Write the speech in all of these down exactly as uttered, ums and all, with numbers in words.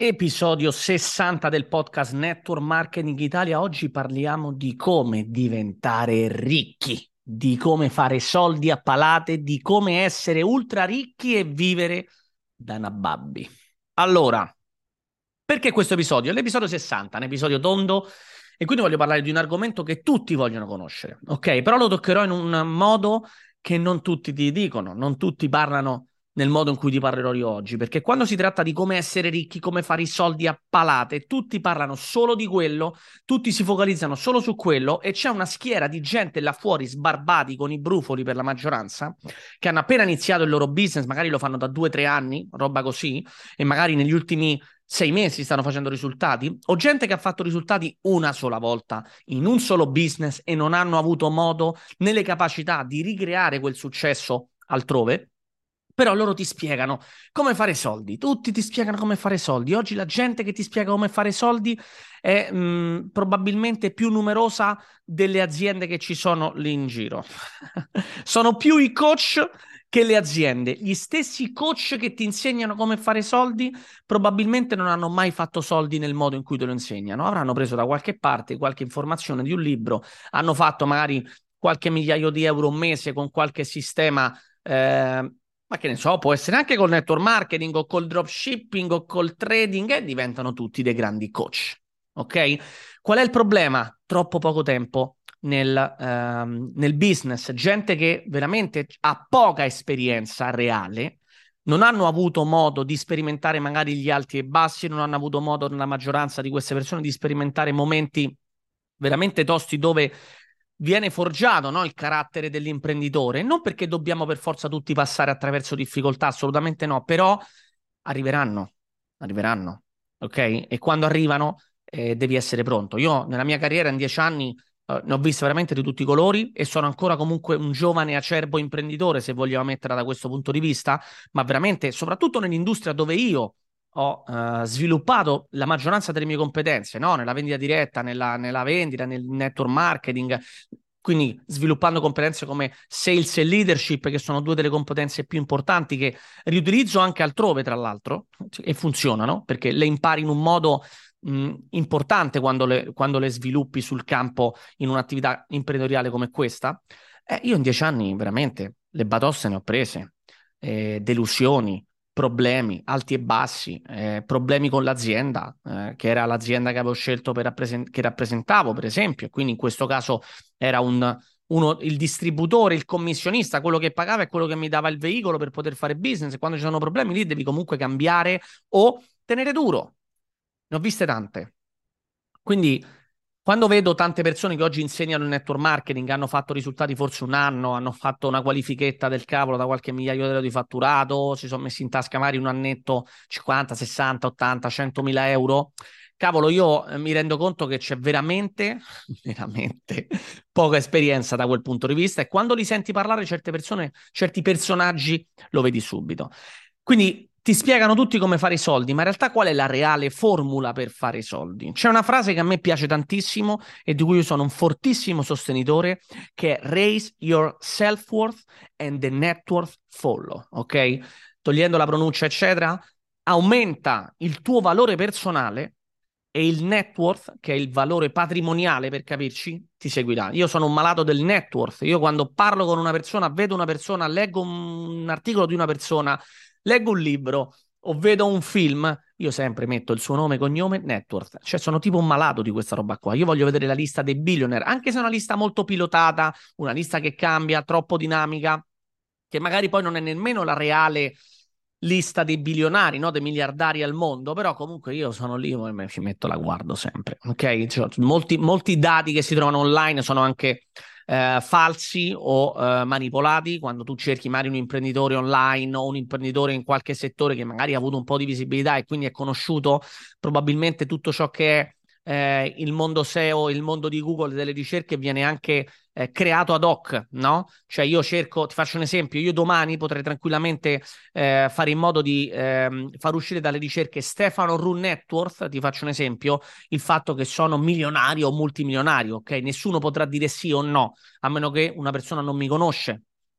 Episodio sessanta del podcast Network Marketing Italia. Oggi parliamo di come diventare ricchi, di come fare soldi a palate, di come essere ultra ricchi e vivere da nababbi. Allora, perché questo episodio? È l'episodio sessanta, un episodio tondo, e quindi voglio parlare di un argomento che tutti vogliono conoscere, ok? Però lo toccherò in un modo che non tutti ti dicono, non tutti parlano nel modo in cui ti parlerò io oggi, perché quando si tratta di come essere ricchi, come fare i soldi a palate, tutti parlano solo di quello, tutti si focalizzano solo su quello e c'è una schiera di gente là fuori sbarbati con i brufoli per la maggioranza, che hanno appena iniziato il loro business, magari lo fanno da due o tre anni, roba così, e magari negli ultimi sei mesi stanno facendo risultati, o gente che ha fatto risultati una sola volta in un solo business e non hanno avuto modo né le capacità di ricreare quel successo altrove. Però loro ti spiegano come fare soldi, tutti ti spiegano come fare soldi. Oggi la gente che ti spiega come fare soldi è mh, probabilmente più numerosa delle aziende che ci sono lì in giro. Sono più i coach che le aziende. Gli stessi coach che ti insegnano come fare soldi probabilmente non hanno mai fatto soldi nel modo in cui te lo insegnano. Avranno preso da qualche parte qualche informazione di un libro, hanno fatto magari qualche migliaio di euro un mese con qualche sistema. Eh, ma che ne so, può essere anche col network marketing o col dropshipping o col trading e diventano tutti dei grandi coach. Ok? Qual è il problema? Troppo poco tempo nel, ehm, nel business. Gente che veramente ha poca esperienza reale, non hanno avuto modo di sperimentare magari gli alti e bassi, non hanno avuto modo nella maggioranza di queste persone di sperimentare momenti veramente tosti dove viene forgiato, no, il carattere dell'imprenditore, non perché dobbiamo per forza tutti passare attraverso difficoltà, assolutamente no, però arriveranno, arriveranno, ok? E quando arrivano eh, devi essere pronto. Io nella mia carriera in dieci anni eh, ne ho viste veramente di tutti i colori e sono ancora comunque un giovane acerbo imprenditore, se vogliamo metterla da questo punto di vista, ma veramente, soprattutto nell'industria dove io ho uh, sviluppato la maggioranza delle mie competenze, no? Nella vendita diretta, nella, nella vendita, nel network marketing, quindi sviluppando competenze come sales e leadership, che sono due delle competenze più importanti che riutilizzo anche altrove, tra l'altro, e funzionano, perché le impari in un modo mh, importante quando le, quando le sviluppi sul campo in un'attività imprenditoriale come questa. Eh, io in dieci anni veramente le batoste ne ho prese, eh, delusioni, problemi alti e bassi, eh, problemi con l'azienda, eh, che era l'azienda che avevo scelto per rappresent- che rappresentavo, per esempio, quindi in questo caso era un, uno, il distributore, il commissionista, quello che pagava e quello che mi dava il veicolo per poter fare business. E quando ci sono problemi lì devi comunque cambiare o tenere duro. Ne ho viste tante. Quindi quando vedo tante persone che oggi insegnano il network marketing, hanno fatto risultati forse un anno, hanno fatto una qualifichetta del cavolo da qualche migliaio di euro di fatturato, si sono messi in tasca magari un annetto cinquanta, sessanta, ottanta, centomila euro. Cavolo, io eh, mi rendo conto che c'è veramente, veramente poca esperienza da quel punto di vista e quando li senti parlare certe persone, certi personaggi, lo vedi subito. Quindi ti spiegano tutti come fare i soldi, ma in realtà qual è la reale formula per fare i soldi? C'è una frase che a me piace tantissimo e di cui io sono un fortissimo sostenitore, che è raise your self-worth and the net worth follow, ok? Togliendo la pronuncia, eccetera, aumenta il tuo valore personale e il net worth, che è il valore patrimoniale per capirci, ti seguirà. Io sono un malato del net worth. Io quando parlo con una persona, vedo una persona, leggo un articolo di una persona, leggo un libro o vedo un film, io sempre metto il suo nome, cognome, net worth. Cioè sono tipo un malato di questa roba qua. Io voglio vedere la lista dei billionaire, anche se è una lista molto pilotata, una lista che cambia, troppo dinamica, che magari poi non è nemmeno la reale lista dei bilionari, no? Dei miliardari al mondo, però comunque io sono lì e mi ci metto la guardo sempre, ok? Cioè, molti, molti dati che si trovano online sono anche eh, falsi o eh, manipolati. Quando tu cerchi magari un imprenditore online o un imprenditore in qualche settore che magari ha avuto un po' di visibilità e quindi è conosciuto, probabilmente tutto ciò che è eh, il mondo S E O, il mondo di Google, delle ricerche viene anche eh, creato ad hoc, no? Cioè io cerco, ti faccio un esempio, io domani potrei tranquillamente eh, fare in modo di ehm, far uscire dalle ricerche Stefano Ru Networth, ti faccio un esempio, il fatto che sono milionario o multimilionario, ok? Nessuno potrà dire sì o no, a meno che una persona non mi conosce.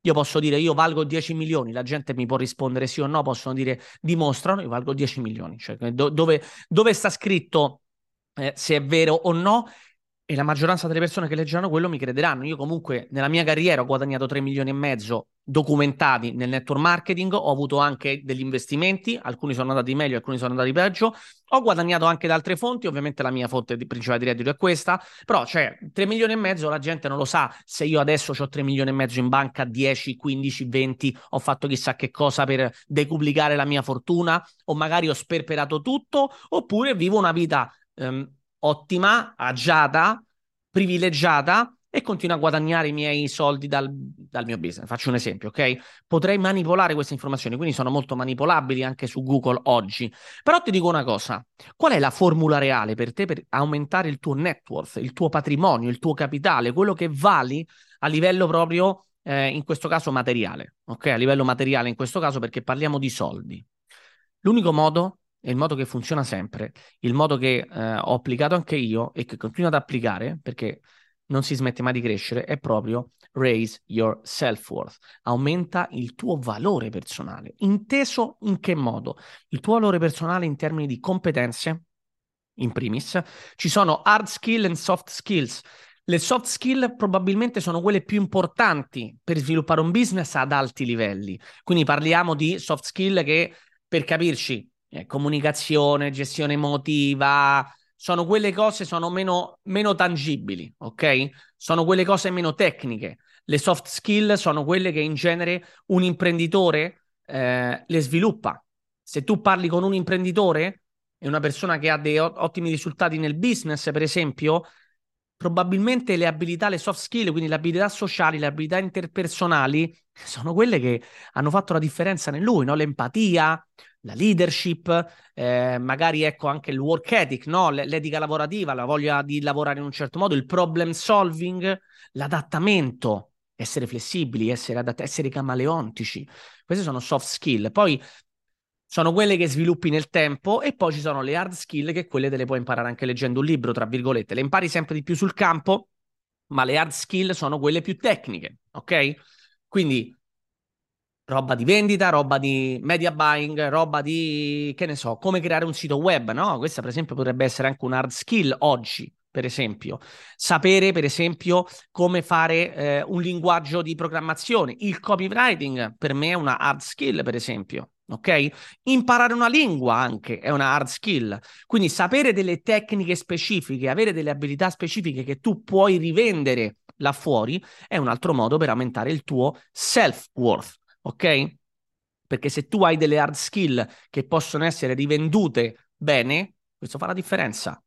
Io posso dire io valgo dieci milioni, la gente mi può rispondere sì o no, possono dire dimostrano, io valgo dieci milioni. Cioè, do- dove, dove sta scritto eh, se è vero o no? E la maggioranza delle persone che leggeranno quello mi crederanno. Io comunque nella mia carriera ho guadagnato tre milioni e mezzo documentati nel network marketing, ho avuto anche degli investimenti, alcuni sono andati meglio, alcuni sono andati peggio, ho guadagnato anche da altre fonti, ovviamente la mia fonte di principale di reddito è questa, però cioè tre milioni e mezzo la gente non lo sa se io adesso ho tre milioni e mezzo in banca, dieci, quindici, venti, ho fatto chissà che cosa per decuplicare la mia fortuna o magari ho sperperato tutto oppure vivo una vita ehm, ottima, agiata, privilegiata e continuo a guadagnare i miei soldi dal, dal mio business. Faccio un esempio, ok? Potrei manipolare queste informazioni, quindi sono molto manipolabili anche su Google oggi. Però ti dico una cosa, qual è la formula reale per te per aumentare il tuo net worth, il tuo patrimonio, il tuo capitale, quello che vali a livello proprio, eh, in questo caso materiale, ok? A livello materiale in questo caso perché parliamo di soldi. L'unico modo, e il modo che funziona sempre, il modo che eh, ho applicato anche io e che continuo ad applicare, perché non si smette mai di crescere, è proprio raise your self-worth. Aumenta il tuo valore personale. Inteso in che modo? Il tuo valore personale in termini di competenze, in primis. Ci sono hard skill e soft skills. Le soft skill probabilmente sono quelle più importanti per sviluppare un business ad alti livelli. Quindi parliamo di soft skill che, per capirci, eh, comunicazione, gestione emotiva, sono quelle cose sono meno, meno tangibili, ok? Sono quelle cose meno tecniche. Le soft skill sono quelle che in genere un imprenditore eh, le sviluppa. Se tu parli con un imprenditore e una persona che ha dei ottimi risultati nel business, per esempio, probabilmente le abilità, le soft skill, quindi le abilità sociali, le abilità interpersonali, sono quelle che hanno fatto la differenza in lui, no? L'empatia, la leadership, eh, magari ecco anche il work ethic, no? L'etica lavorativa, la voglia di lavorare in un certo modo, il problem solving, l'adattamento, essere flessibili, essere, adatt- essere camaleontici. Queste sono soft skill. Poi sono quelle che sviluppi nel tempo e poi ci sono le hard skill che quelle te le puoi imparare anche leggendo un libro, tra virgolette. Le impari sempre di più sul campo, ma le hard skill sono quelle più tecniche, ok? Quindi roba di vendita, roba di media buying, roba di, che ne so, come creare un sito web, no? Questa per esempio potrebbe essere anche un hard skill oggi, per esempio. Sapere, per esempio, come fare eh, un linguaggio di programmazione. Il copywriting per me è una hard skill, per esempio. Ok? Imparare una lingua anche è una hard skill. Quindi sapere delle tecniche specifiche, avere delle abilità specifiche che tu puoi rivendere là fuori è un altro modo per aumentare il tuo self-worth, ok? Perché se tu hai delle hard skill che possono essere rivendute bene, questo fa la differenza,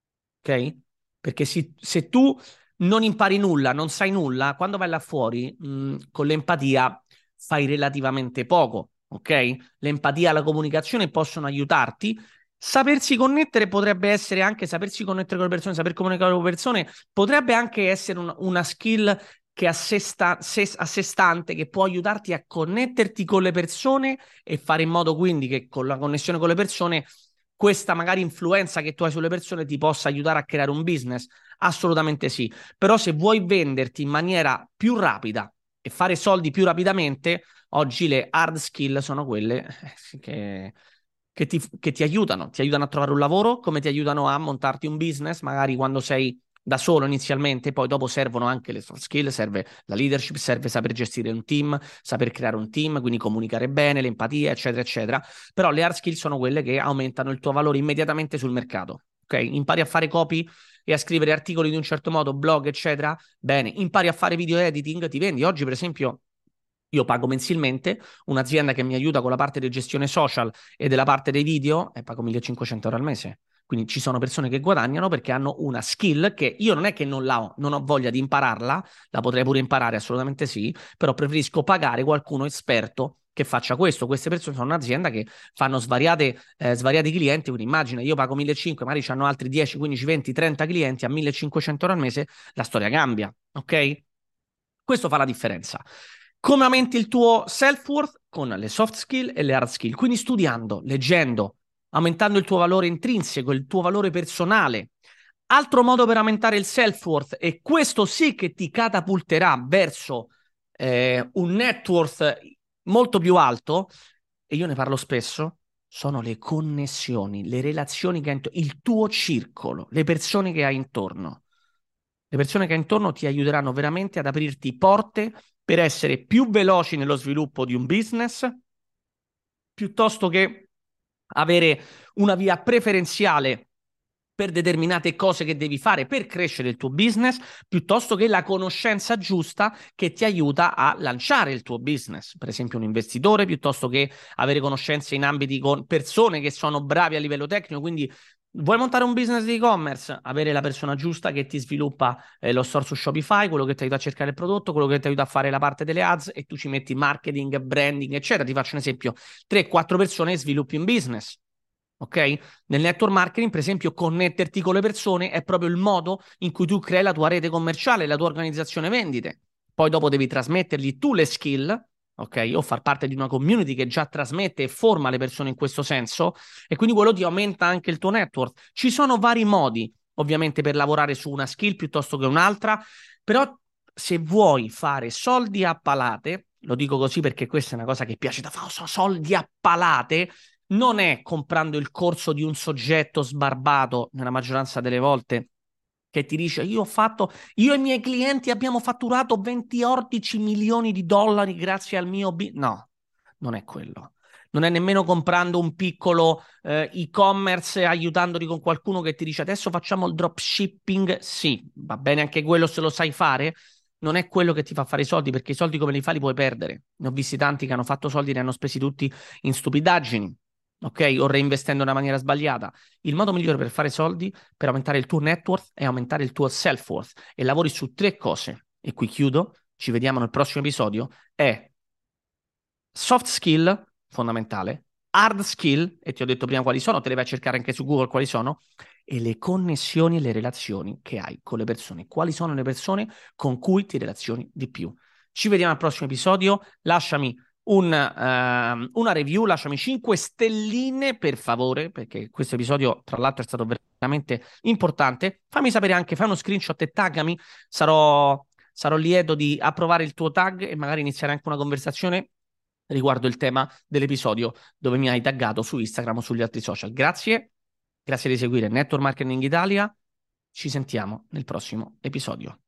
ok? Perché se, se tu non impari nulla, non sai nulla, quando vai là fuori, mh, con l'empatia fai relativamente poco, ok? L'empatia e la comunicazione possono aiutarti. Sapersi connettere potrebbe essere anche sapersi connettere con le persone, saper comunicare con le persone, potrebbe anche essere un- una skill che a sé, sta- se- a sé stante, che può aiutarti a connetterti con le persone e fare in modo quindi che con la connessione con le persone questa magari influenza che tu hai sulle persone ti possa aiutare a creare un business? Assolutamente sì. Però se vuoi venderti in maniera più rapida e fare soldi più rapidamente, oggi le hard skill sono quelle eh, che, che ti, che ti aiutano. Ti aiutano a trovare un lavoro, come ti aiutano a montarti un business, magari quando sei da solo inizialmente, poi dopo servono anche le soft skill, serve la leadership, serve saper gestire un team, saper creare un team, quindi comunicare bene, l'empatia, eccetera, eccetera. Però le hard skill sono quelle che aumentano il tuo valore immediatamente sul mercato. Ok? Impari a fare copy e a scrivere articoli di un certo modo, blog, eccetera. Bene, impari a fare video editing, ti vendi. Oggi, per esempio, io pago mensilmente un'azienda che mi aiuta con la parte di gestione social e della parte dei video e pago millecinquecento euro al mese. Quindi ci sono persone che guadagnano perché hanno una skill che io non è che non la ho, non ho voglia di impararla, la potrei pure imparare, assolutamente sì, però preferisco pagare qualcuno esperto che faccia questo. Queste persone sono un'azienda che fanno svariate, eh, svariati clienti, quindi immagina, io pago millecinquecento, magari hanno altri dieci, quindici, venti, trenta clienti a millecinquecento euro al mese, la storia cambia, ok? Questo fa la differenza. Come aumenti il tuo self-worth? Con le soft skill e le hard skill. Quindi studiando, leggendo, aumentando il tuo valore intrinseco, il tuo valore personale. Altro modo per aumentare il self-worth, e questo sì che ti catapulterà verso eh, un net worth molto più alto, e io ne parlo spesso, sono le connessioni, le relazioni che hai intorno, il tuo circolo, le persone che hai intorno. Le persone che hai intorno ti aiuteranno veramente ad aprirti porte per essere più veloci nello sviluppo di un business, piuttosto che avere una via preferenziale per determinate cose che devi fare per crescere il tuo business, piuttosto che la conoscenza giusta che ti aiuta a lanciare il tuo business. Per esempio un investitore, piuttosto che avere conoscenze in ambiti con persone che sono bravi a livello tecnico, quindi vuoi montare un business di e-commerce? Avere la persona giusta che ti sviluppa eh, lo store su Shopify, quello che ti aiuta a cercare il prodotto, quello che ti aiuta a fare la parte delle ads e tu ci metti marketing, branding, eccetera. Ti faccio un esempio: tre quattro persone e sviluppi un business. Ok? Nel network marketing, per esempio, connetterti con le persone è proprio il modo in cui tu crei la tua rete commerciale, la tua organizzazione vendite. Poi dopo devi trasmettergli tu le skill, ok? O far parte di una community che già trasmette e forma le persone in questo senso, e quindi quello ti aumenta anche il tuo network. Ci sono vari modi, ovviamente, per lavorare su una skill piuttosto che un'altra, però se vuoi fare soldi a palate, lo dico così perché questa è una cosa che piace da fare, soldi a palate, non è comprando il corso di un soggetto sbarbato, nella maggioranza delle volte, che ti dice: io ho fatto, io e i miei clienti abbiamo fatturato ventiquattordici milioni di dollari grazie al mio B. No, non è quello. Non è nemmeno comprando un piccolo eh, e-commerce, aiutandoti con qualcuno che ti dice: adesso facciamo il dropshipping. Sì, va bene anche quello se lo sai fare. Non è quello che ti fa fare i soldi, perché i soldi come li fai li puoi perdere. Ne ho visti tanti che hanno fatto soldi e ne hanno spesi tutti in stupidaggini, ok? O reinvestendo in una maniera sbagliata. Il modo migliore per fare soldi, per aumentare il tuo net worth, è aumentare il tuo self worth. E lavori su tre cose. E qui chiudo, ci vediamo nel prossimo episodio. È soft skill, fondamentale, hard skill, e ti ho detto prima quali sono, te le vai a cercare anche su Google quali sono, e le connessioni e le relazioni che hai con le persone. Quali sono le persone con cui ti relazioni di più? Ci vediamo al prossimo episodio. Lasciami un, ehm, una review, lasciami cinque stelline per favore, perché questo episodio tra l'altro è stato veramente importante. Fammi sapere anche, fai uno screenshot e taggami, sarò, sarò lieto di approvare il tuo tag e magari iniziare anche una conversazione riguardo il tema dell'episodio dove mi hai taggato su Instagram o sugli altri social. Grazie, grazie di seguire Network Marketing Italia. Ci sentiamo nel prossimo episodio.